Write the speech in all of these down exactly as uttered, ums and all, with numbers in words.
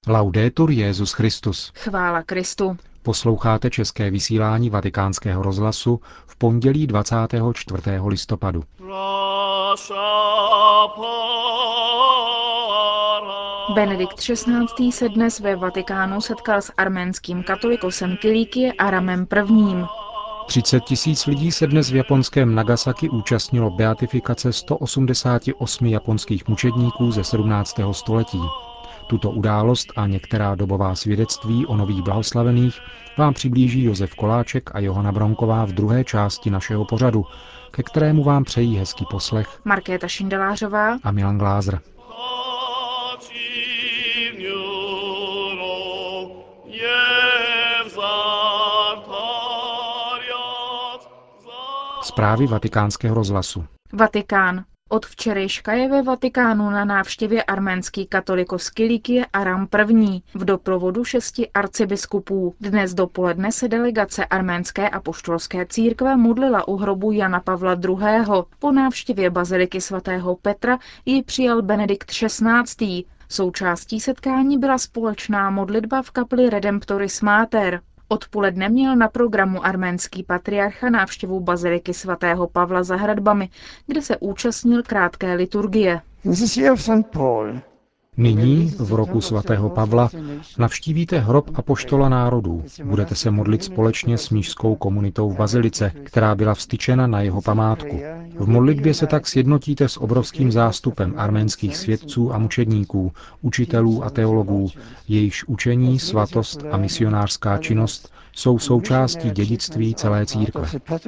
Laudetur Jesus Christus. Chvála Kristu. Posloucháte české vysílání Vatikánského rozhlasu v pondělí dvacátého čtvrtého listopadu. Benedikt šestnáctý. se dnes ve Vatikánu setkal s arménským katolikosem Kilíkie Aramem I. třicet tisíc lidí se dnes v japonském Nagasaki účastnilo beatifikace sto osmdesáti osmi japonských mučedníků ze sedmnáctého století. Tuto událost a některá dobová svědectví o nových blahoslavených vám přiblíží Josef Koláček a Johana Bronková v druhé části našeho pořadu, ke kterému vám přejí hezký poslech Markéta Šindelářová a Milan Glázer. Zprávy Vatikánského rozhlasu. Vatikán. Od včerejška je ve Vatikánu na návštěvě arménský katolikos Kilíkie Aram I. v doprovodu šesti arcibiskupů. Dnes dopoledne se delegace arménské apoštolské církve modlila u hrobu Jana Pavla druhého. Po návštěvě baziliky svatého Petra ji přijal Benedikt šestnáctý. Součástí setkání byla společná modlitba v kapli Redemptoris Mater. Odpoledne měl na programu arménský patriarcha návštěvu baziliky svatého Pavla za hradbami, kde se účastnil krátké liturgie. Nyní, v roku svatého Pavla, navštívíte hrob apoštola národů. Budete se modlit společně s mnišskou komunitou v bazilice, která byla vztyčena na jeho památku. V modlitbě se tak sjednotíte s obrovským zástupem arménských svědců a mučedníků, učitelů a teologů, jejichž učení, svatost a misionářská činnost jsou součástí dědictví celé církve.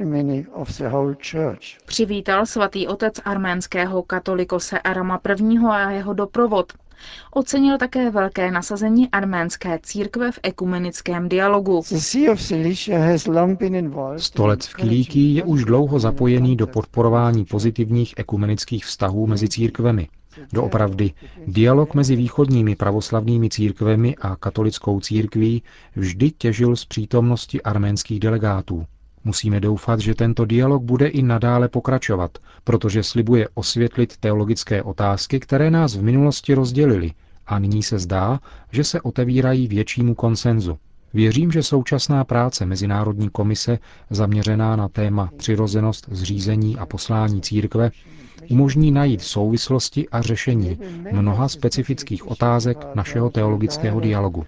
Přivítal svatý otec arménského katolikose Arama I. a jeho doprovod. Ocenil také velké nasazení arménské církve v ekumenickém dialogu. Stolec v Kilíkii je už dlouho zapojený do podporování pozitivních ekumenických vztahů mezi církvemi. Doopravdy, dialog mezi východními pravoslavnými církvemi a katolickou církví vždy těžil z přítomnosti arménských delegátů. Musíme doufat, že tento dialog bude i nadále pokračovat, protože slibuje osvětlit teologické otázky, které nás v minulosti rozdělily, a nyní se zdá, že se otevírají většímu konsenzu. Věřím, že současná práce Mezinárodní komise zaměřená na téma přirozenost, zřízení a poslání církve umožní najít souvislosti a řešení mnoha specifických otázek našeho teologického dialogu.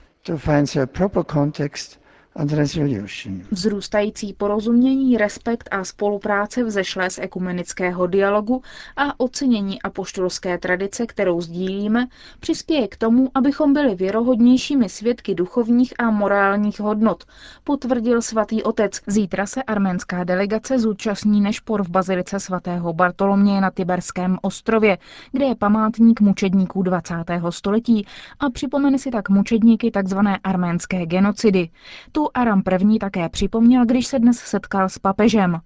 Vzrůstající porozumění, respekt a spolupráce vzešlé z ekumenického dialogu a ocenění apoštolské tradice, kterou sdílíme, přispěje k tomu, abychom byli věrohodnějšími svědky duchovních a morálních hodnot, potvrdil svatý otec. Zítra se arménská delegace zúčastní nešpor v bazilice svatého Bartoloměje na Tiberském ostrově, kde je památník mučedníků dvacátého století a připomene si tak mučedníky tzv. Arménské genocidy. Tu Aram I. také připomněl, když se dnes setkal s papežem.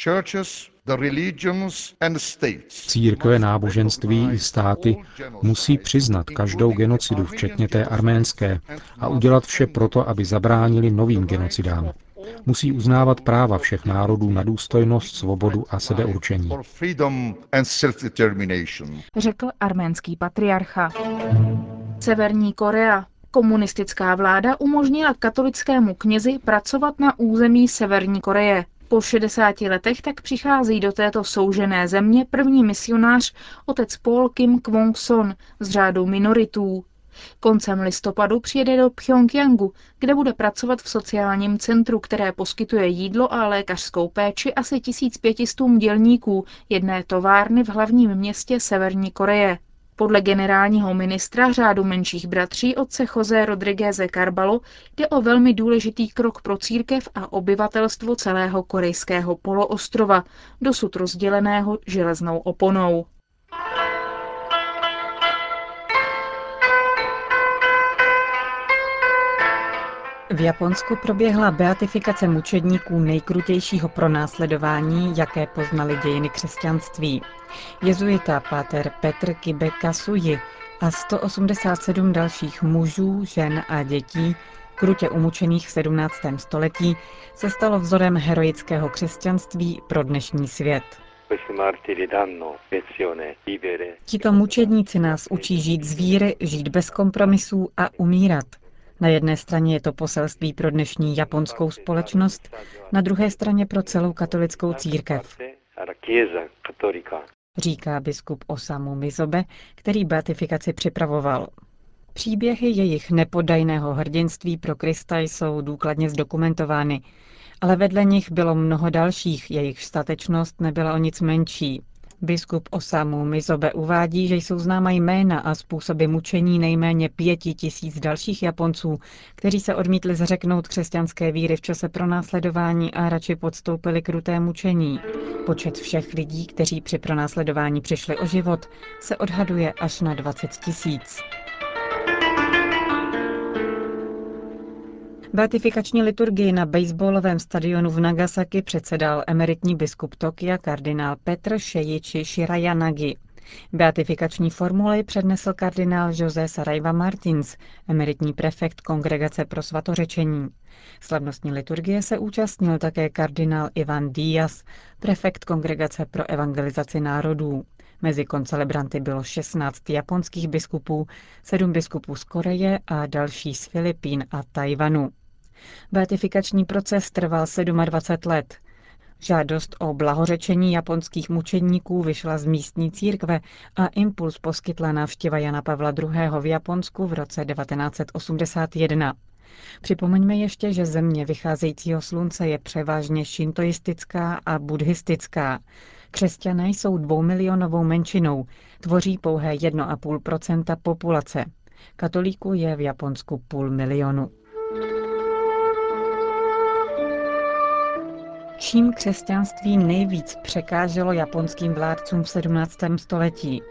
Církve, náboženství i státy musí přiznat každou genocidu, včetně té arménské, a udělat vše proto, aby zabránili novým genocidám. Musí uznávat práva všech národů na důstojnost, svobodu a sebeurčení, řekl arménský patriarcha. Severní Korea. Komunistická vláda umožnila katolickému knězi pracovat na území Severní Koreje. Po šedesáti letech tak přichází do této soužené země první misionář otec Paul Kim Kwong-son z řádu minoritů. Koncem listopadu přijede do Pchjongjangu, kde bude pracovat v sociálním centru, které poskytuje jídlo a lékařskou péči asi tisíc pěti stům dělníků jedné továrny v hlavním městě Severní Koreje. Podle generálního ministra řádu menších bratří otce José Rodrigueze Carbalo jde o velmi důležitý krok pro církev a obyvatelstvo celého korejského poloostrova, dosud rozděleného železnou oponou. V Japonsku proběhla beatifikace mučedníků nejkrutějšího pronásledování, jaké poznaly dějiny křesťanství. Jezuita páter Petr Kibe Kasuji a sto osmdesát sedm dalších mužů, žen a dětí, krutě umučených v sedmnáctém století, se stalo vzorem heroického křesťanství pro dnešní svět. Tito mučedníci nás učí žít z víry, žít bez kompromisů a umírat. Na jedné straně je to poselství pro dnešní japonskou společnost, na druhé straně pro celou katolickou církev, říká biskup Osamu Mizobe, který beatifikaci připravoval. Příběhy jejich nepodajného hrdinství pro Krista jsou důkladně zdokumentovány, ale vedle nich bylo mnoho dalších, jejich statečnost nebyla o nic menší. Biskup Osamu Mizobe uvádí, že jsou známa jména a způsoby mučení nejméně pěti tisíc dalších Japonců, kteří se odmítli zřeknout křesťanské víry v čase pronásledování a radši podstoupili kruté mučení. Počet všech lidí, kteří při pronásledování přišli o život, se odhaduje až na dvacet tisíc. Beatifikační liturgii na baseballovém stadionu v Nagasaki předsedal emeritní biskup Tokia kardinál Petr Šejiči Shirayanagi. Beatifikační formuli přednesl kardinál José Saraiva Martins, emeritní prefekt Kongregace pro svatořečení. Slavnostní liturgie se účastnil také kardinál Ivan Díaz, prefekt Kongregace pro evangelizaci národů. Mezi koncelebranty bylo šestnáct japonských biskupů, sedm biskupů z Koreje a další z Filipín a Tajvanu. Beatifikační proces trval dvacet sedm let. Žádost o blahořečení japonských mučedníků vyšla z místní církve a impuls poskytla návštěva Jana Pavla druhého. v Japonsku v roce devatenáct set osmdesát jedna. Připomeňme ještě, že země vycházejícího slunce je převážně šintoistická a buddhistická. Křesťané jsou dvoumilionovou menšinou, tvoří pouhé jedna celá pět procenta populace. Katolíků je v Japonsku půl milionu. Čím křesťanství nejvíc překáželo japonským vládcům v sedmnáctém století?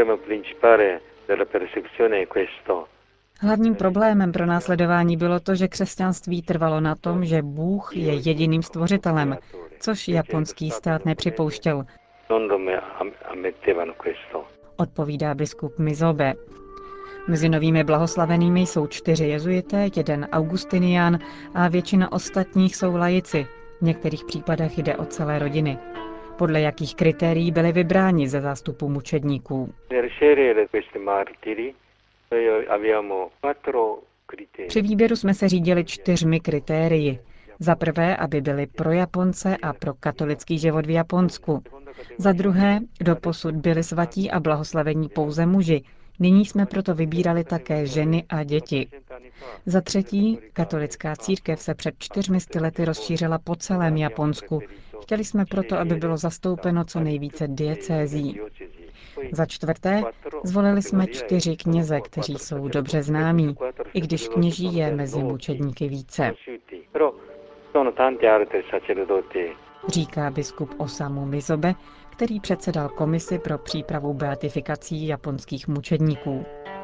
Hlavním problémem pro následování bylo to, že křesťanství trvalo na tom, že Bůh je jediným stvořitelem, což japonský stát nepřipouštěl, odpovídá biskup Mizobe. Mezi novými blahoslavenými jsou čtyři jezuité, jeden augustinián a většina ostatních jsou laici. V některých případech jde o celé rodiny. Podle jakých kritérií byli vybráni ze zástupu mučedníků? Při výběru jsme se řídili čtyřmi kritérii. Za prvé, aby byli pro Japonce a pro katolický život v Japonsku. Za druhé, doposud byli svatí a blahoslavení pouze muži. Nyní jsme proto vybírali také ženy a děti. Za třetí, katolická církev se před čtyřmi sty lety rozšířila po celém Japonsku. Chtěli jsme proto, aby bylo zastoupeno co nejvíce diecézí. Za čtvrté, zvolili jsme čtyři kněze, kteří jsou dobře známí, i když kněží je mezi mučedníky více, říká biskup Osamu Mizobe, který předsedal komisi pro přípravu beatifikací japonských mučedníků.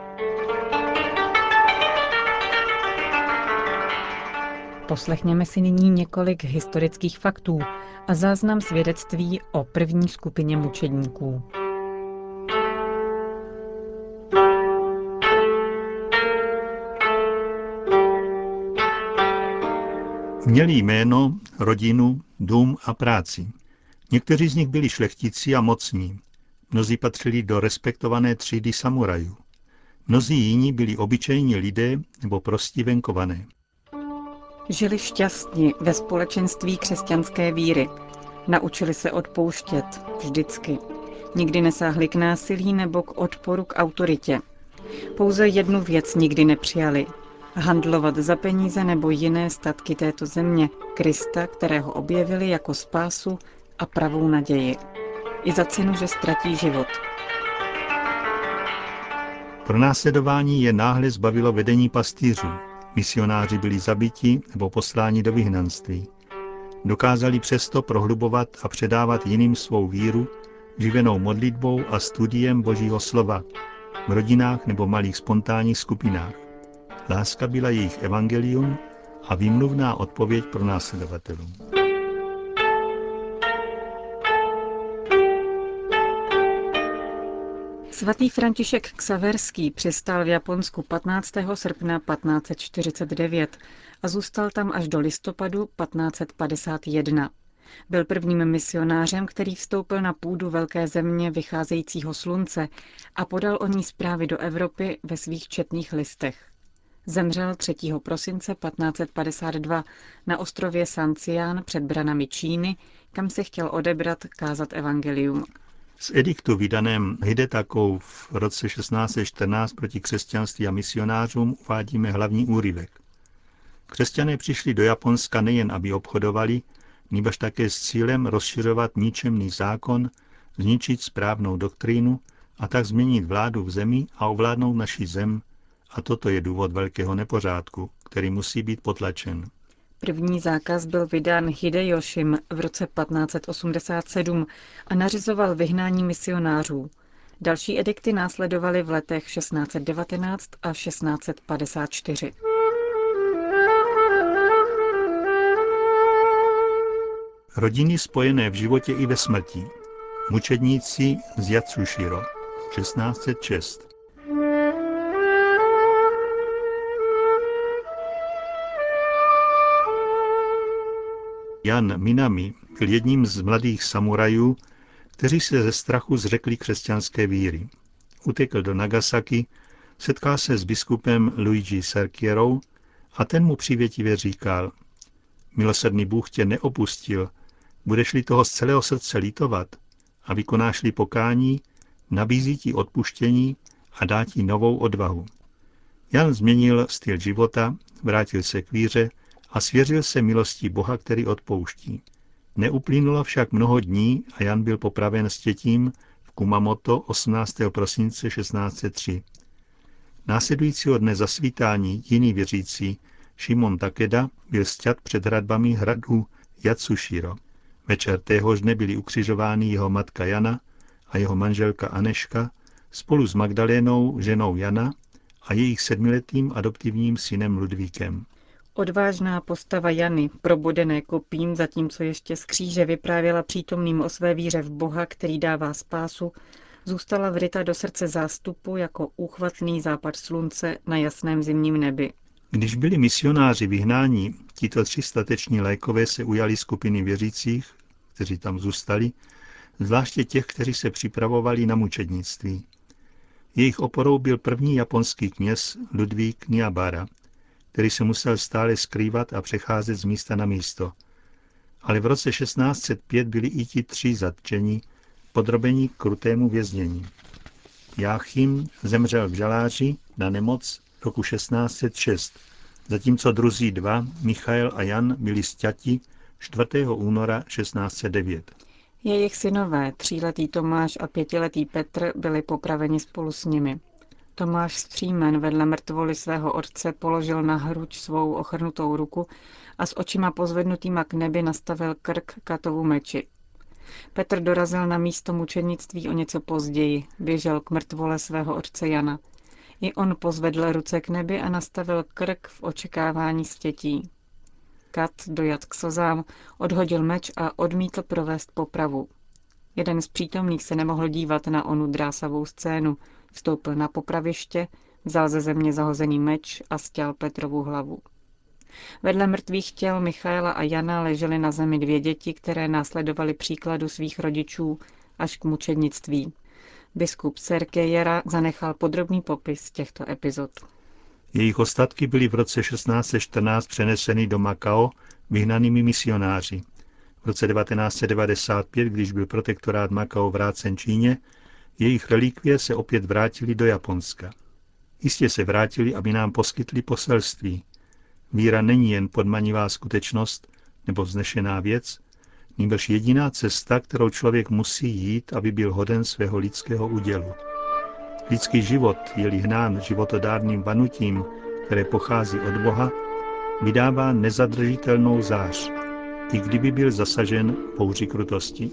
Poslechněme si nyní několik historických faktů a záznam svědectví o první skupině mučedníků. Měli jméno, rodinu, dům a práci. Někteří z nich byli šlechtici a mocní. Mnozí patřili do respektované třídy samurajů. Mnozí jiní byli obyčejní lidé nebo prostí venkované. Žili šťastně ve společenství křesťanské víry. Naučili se odpouštět vždycky. Nikdy nesáhli k násilí nebo k odporu k autoritě. Pouze jednu věc nikdy nepřijali. Handlovat za peníze nebo jiné statky této země, Krista, kterého objevili jako spásu a pravou naději. I za cenu, že ztratí život. Pronásledování je náhle zbavilo vedení pastýřů. Misionáři byli zabiti nebo posláni do vyhnanství. Dokázali přesto prohlubovat a předávat jiným svou víru, živenou modlitbou a studiem Božího slova, v rodinách nebo malých spontánních skupinách. Láska byla jejich evangelium a výmluvná odpověď pro následovatelům. Svatý František Xaverský přistál v Japonsku patnáctého srpna patnáct set čtyřicet devět a zůstal tam až do listopadu patnáct set padesát jedna. Byl prvním misionářem, který vstoupil na půdu velké země vycházejícího slunce a podal o ní zprávy do Evropy ve svých četných listech. Zemřel třetího prosince patnáct set padesát dva na ostrově San Cian před branami Číny, kam se chtěl odebrat kázat evangelium. Z ediktu vydaném Hidetakou v roce šestnáct set čtrnáct proti křesťanství a misionářům uvádíme hlavní úryvek. Křesťané přišli do Japonska nejen, aby obchodovali, nýbrž také s cílem rozšiřovat ničemný zákon, zničit správnou doktrínu a tak změnit vládu v zemi a ovládnout naši zem, a toto je důvod velkého nepořádku, který musí být potlačen. První zákaz byl vydán Hidejošim v roce patnáct set osmdesát sedm a nařizoval vyhnání misionářů. Další edikty následovaly v letech šestnáct set devatenáct a šestnáct set padesát čtyři. Rodiny spojené v životě i ve smrti. Mučedníci z Yatsushiro, šestnáct set šest. Jan Minami byl jedním z mladých samurajů, kteří se ze strachu zřekli křesťanské víry. Utekl do Nagasaki, setkal se s biskupem Luigi Serkierou a ten mu přívětivě říkal: milosrdný Bůh tě neopustil, budeš-li toho z celého srdce litovat a vykonáš-li pokání, nabízí ti odpuštění a dá ti novou odvahu. Jan změnil styl života, vrátil se k víře a svěřil se milosti Boha, který odpouští. Neuplynulo však mnoho dní a Jan byl popraven stětím v Kumamoto osmnáctého prosince šestnáct set tři. Následujícího dne zasvítání jiný věřící, Šimon Takeda, byl sťat před hradbami hradu Yatsushiro. Večer téhož dne byli ukřižováni jeho matka Jana a jeho manželka Aneška spolu s Magdalénou, ženou Jana, a jejich sedmiletým adoptivním synem Ludvíkem. Odvážná postava Jany, probodené kopím, zatímco ještě z kříže vyprávěla přítomným o své víře v Boha, který dává spásu, zůstala vryta do srdce zástupu jako úchvatný západ slunce na jasném zimním nebi. Když byli misionáři vyhnáni, tito tři stateční lékové se ujali skupiny věřících, kteří tam zůstali, zvláště těch, kteří se připravovali na mučednictví. Jejich oporou byl první japonský kněz Ludvík Niabara, který se musel stále skrývat a přecházet z místa na místo. Ale v roce šestnáct set pět byli i ti tři zatčeni, podrobeni krutému věznění. Jáchym zemřel v žaláři na nemoc roku šestnáct set šest, zatímco druzí dva, Michael a Jan, byli sťati čtvrtého února šestnáct set devět. Jejich synové, tříletý Tomáš a pětiletý Petr, byli popraveni spolu s nimi. Tomáš Střímen vedle mrtvoly svého otce položil na hruď svou ochrnutou ruku a s očima pozvednutýma k nebi nastavil krk Katovu meči. Petr dorazil na místo mučednictví o něco později, běžel k mrtvole svého otce Jana. I on pozvedl ruce k nebi a nastavil krk v očekávání stětí. Kat, dojat k slzám, odhodil meč a odmítl provést popravu. Jeden z přítomných se nemohl dívat na onu drásavou scénu, vstoupil na popraviště, vzal ze země zahozený meč a stěl Petrovu hlavu. Vedle mrtvých těl Michaela a Jana ležely na zemi dvě děti, které následovaly příkladu svých rodičů až k mučednictví. Biskup Serkejera zanechal podrobný popis těchto epizod. Jejich ostatky byly v roce šestnáct set čtrnáct přeneseny do Makao vyhnanými misionáři. V roce devatenáct set devadesát pět, když byl protektorát Makao vrácen Číně, jejich relikvie se opět vrátily do Japonska. Jistě se vrátili, aby nám poskytli poselství. Víra není jen podmanivá skutečnost nebo vznešená věc, nýbrž jediná cesta, kterou člověk musí jít, aby byl hoden svého lidského údělu. Lidský život, je-li hnán životodárným vanutím, které pochází od Boha, vydává nezadržitelnou zář, i kdyby byl zasažen bouří krutosti.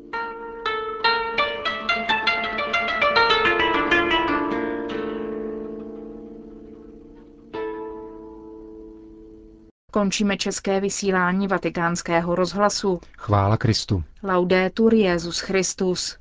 Končíme české vysílání Vatikánského rozhlasu. Chvála Kristu. Laudetur Jesus Christus.